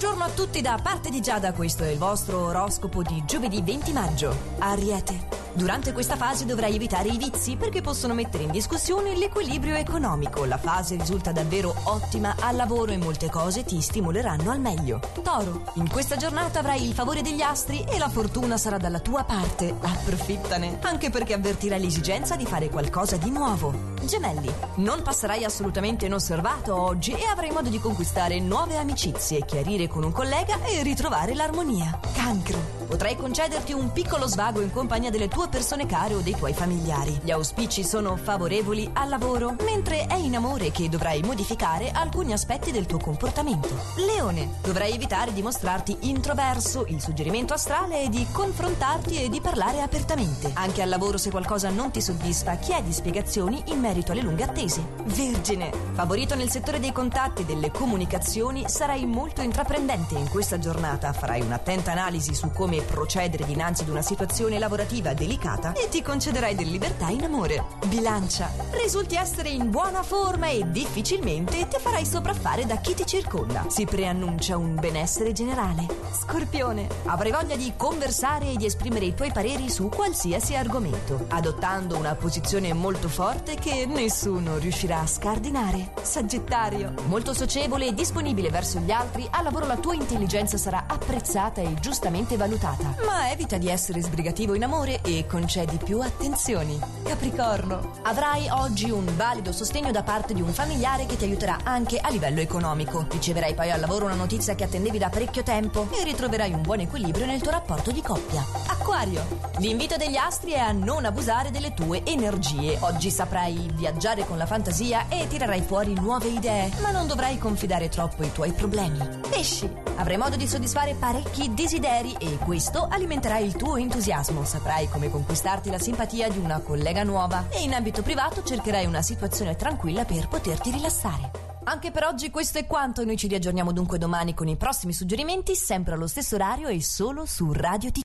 Buongiorno a tutti da parte di Giada, questo è il vostro oroscopo di giovedì 20 maggio. Ariete. Durante questa fase dovrai evitare i vizi perché possono mettere in discussione l'equilibrio economico. La fase risulta davvero ottima al lavoro e molte cose ti stimoleranno al meglio. Toro. In questa giornata avrai il favore degli astri e la fortuna sarà dalla tua parte. Approfittane, anche perché avvertirai l'esigenza di fare qualcosa di nuovo. Gemelli. Non passerai assolutamente inosservato oggi e avrai modo di conquistare nuove amicizie, chiarire con un collega e ritrovare l'armonia. Cancro. Potrai concederti un piccolo svago in compagnia delle tue persone care o dei tuoi familiari. Gli auspici sono favorevoli al lavoro, mentre è in amore che dovrai modificare alcuni aspetti del tuo comportamento. Leone. Dovrai evitare di mostrarti introverso. Il suggerimento astrale è di confrontarti e di parlare apertamente. Anche al lavoro, se qualcosa non ti soddisfa, chiedi spiegazioni in merito alle lunghe attese. Vergine. Favorito nel settore dei contatti e delle comunicazioni, sarai molto intraprendente in questa giornata. Farai un'attenta analisi su come procedere dinanzi ad una situazione lavorativa delicata e ti concederai delle libertà in amore. Bilancia. Risulti essere in buona forma e difficilmente ti farai sopraffare da chi ti circonda. Si preannuncia un benessere generale. Scorpione. Avrai voglia di conversare e di esprimere i tuoi pareri su qualsiasi argomento, adottando una posizione molto forte che nessuno riuscirà a scardinare. Sagittario. Molto socievole e disponibile verso gli altri, al lavoro la tua intelligenza sarà apprezzata e giustamente valutata. Ma evita di essere sbrigativo in amore e concedi più attenzioni. Capricorno. Avrai oggi un valido sostegno da parte di un familiare che ti aiuterà anche a livello economico. Riceverai poi al lavoro una notizia che attendevi da parecchio tempo e ritroverai un buon equilibrio nel tuo rapporto di coppia. Acquario. L'invito degli astri è a non abusare delle tue energie. Oggi saprai viaggiare con la fantasia e tirerai fuori nuove idee, ma non dovrai confidare troppo i tuoi problemi. Pesci. Avrai modo di soddisfare parecchi desideri e questo alimenterà il tuo entusiasmo. Saprai come conquistarti la simpatia di una collega nuova e in ambito privato cercherai una situazione tranquilla per poterti rilassare. Anche per oggi questo è quanto. Noi ci riaggiorniamo dunque domani con i prossimi suggerimenti, sempre allo stesso orario e solo su Radio TG.